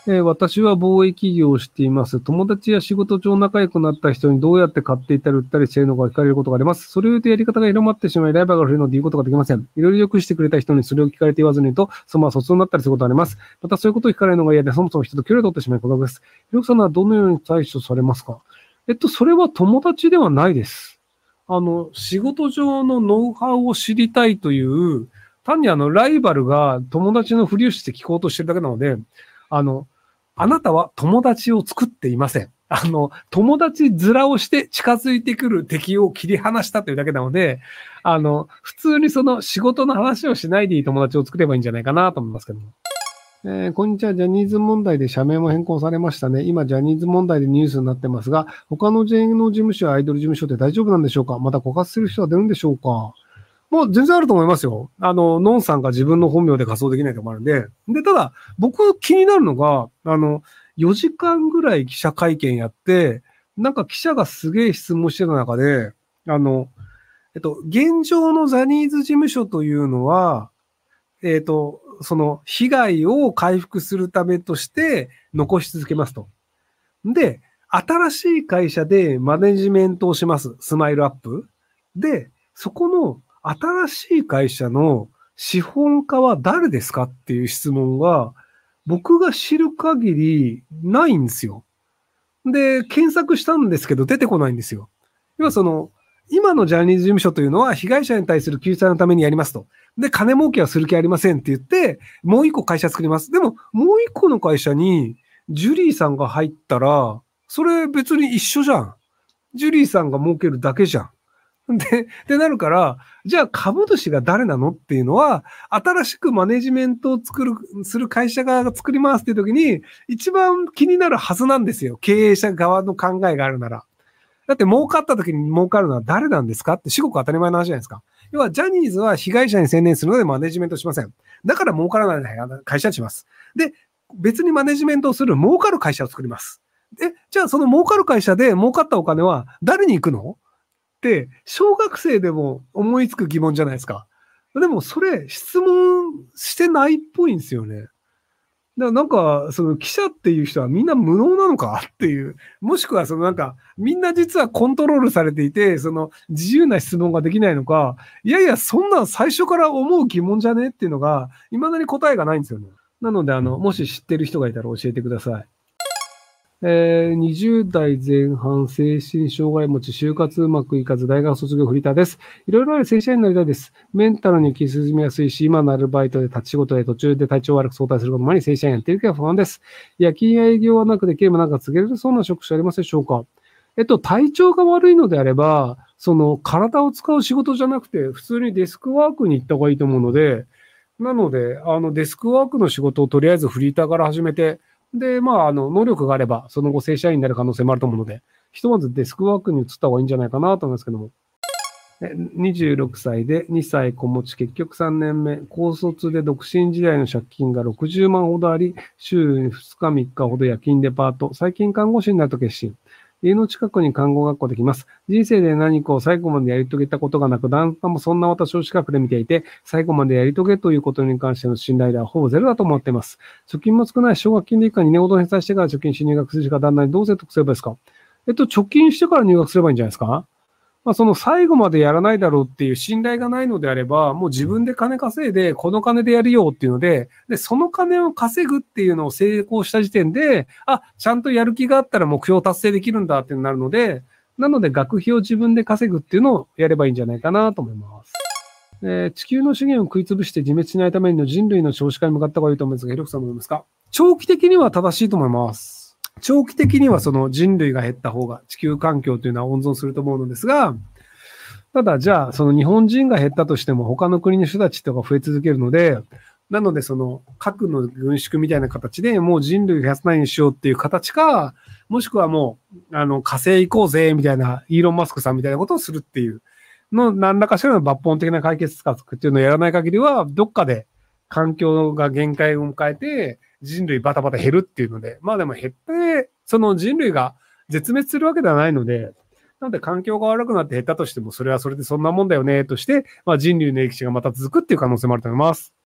私は貿易業をしています。友達や仕事上仲良くなった人にどうやって買っていったり売ったりしているのか聞かれることがあります。それを言うとやり方が広まってしまい、ライバルが増えるので言うことができません。いろいろ良くしてくれた人にそれを聞かれて言わずに言うと、そのまま疎通になったりすることがあります。またそういうことを聞かれるのが嫌で、そもそも人と距離を取ってしまうことです。ひろきさんはどのように対処されますか？それは友達ではないです。仕事上のノウハウを知りたいという、単にライバルが友達のふりをして聞こうとしてるだけなので、あなたは友達を作っていません。友達面をして近づいてくる敵を切り離したというだけなので、普通にその仕事の話をしないでいい友達を作ればいいんじゃないかなと思いますけども。こんにちは。ジャニーズ問題で社名も変更されましたね。今、ジャニーズ問題でニュースになってますが、他の芸能事務所やアイドル事務所って大丈夫なんでしょうか？また枯渇する人は出るんでしょうか？もう全然あると思いますよ。ノンさんが自分の本名で仮装できないとこもあるんで。で、ただ、僕気になるのが、4時間ぐらい記者会見やって、なんか記者がすげえ質問してた中で、現状のジャニーズ事務所というのは、その被害を回復するためとして残し続けますと。で、新しい会社でマネジメントをします。スマイルアップ。で、そこの新しい会社の資本家は誰ですかっていう質問が僕が知る限りないんですよ。で、検索したんですけど出てこないんですよ。要は今のジャニーズ事務所というのは被害者に対する救済のためにやりますと。で、金儲けはする気ありませんって言って、もう一個会社作ります。でも、もう一個の会社にジュリーさんが入ったら、それ別に一緒じゃん。ジュリーさんが儲けるだけじゃん。でなるから、じゃあ株主が誰なのっていうのは、新しくマネジメントをする会社側が作りますっていう時に、一番気になるはずなんですよ。経営者側の考えがあるなら。だって儲かった時に儲かるのは誰なんですかって至極当たり前の話じゃないですか。要はジャニーズは被害者に専念するのでマネジメントしません。だから儲からない会社にします。で、別にマネジメントをする儲かる会社を作ります。じゃあその儲かる会社で儲かったお金は誰に行くのって、小学生でも思いつく疑問じゃないですか。でもそれ質問してないっぽいんですよね。なんか、その記者っていう人はみんな無能なのかっていう。もしくはみんな実はコントロールされていて、自由な質問ができないのか、いやいや、そんなん最初から思う疑問じゃねっていうのが、未だに答えがないんですよね。なので、もし知ってる人がいたら教えてください。20代前半、精神障害持ち、就活うまくいかず、大学卒業フリーターです。いろいろある正社員になりたいです。メンタルに気進みやすいし、今のアルバイトで立ち仕事で途中で体調悪く相対することもあり、正社員やっているけど不安です。夜勤や営業はなくできればなんか告げられそうな職種ありますでしょうか？体調が悪いのであれば、体を使う仕事じゃなくて、普通にデスクワークに行った方がいいと思うので、なので、デスクワークの仕事をとりあえずフリーターから始めて、で、能力があれば、その後正社員になる可能性もあると思うので、ひとまずデスクワークに移った方がいいんじゃないかなと思いますけども。26歳で2歳子持ち、結局3年目、高卒で独身時代の借金が60万ほどあり、週2日3日ほど夜勤デパート、最近看護師になると決心。家の近くに看護学校できます。人生で何かを最後までやり遂げたことがなく、旦那もそんな私を近くで見ていて、最後までやり遂げということに関しての信頼ではほぼゼロだと思っています。貯金も少ない奨学金で以下2年ほど返済してから貯金し入学するしか旦那にどう説得すればいいですか？貯金してから入学すればいいんじゃないですか？その最後までやらないだろうっていう信頼がないのであれば、もう自分で金稼いで、この金でやるよっていうので、その金を稼ぐっていうのを成功した時点で、ちゃんとやる気があったら目標を達成できるんだってなるので、なので学費を自分で稼ぐっていうのをやればいいんじゃないかなと思います。地球の資源を食い潰して自滅しないための人類の少子化に向かった方がいいと思いますが、ひろきさん思いますか？長期的には正しいと思います。長期的にはその人類が減った方が地球環境というのは温存すると思うのですが、ただじゃあその日本人が減ったとしても他の国の人たちとか増え続けるので、なので核の軍縮みたいな形でもう人類が減らないようにしようっていう形か、もしくはもう火星行こうぜみたいなイーロン・マスクさんみたいなことをするっていうの何らかしらの抜本的な解決策っていうのをやらない限りは、どっかで環境が限界を迎えて人類バタバタ減るっていうので、でも減って、その人類が絶滅するわけではないので、なので環境が悪くなって減ったとしても、それはそれでそんなもんだよねとして、人類の歴史がまた続くっていう可能性もあると思います。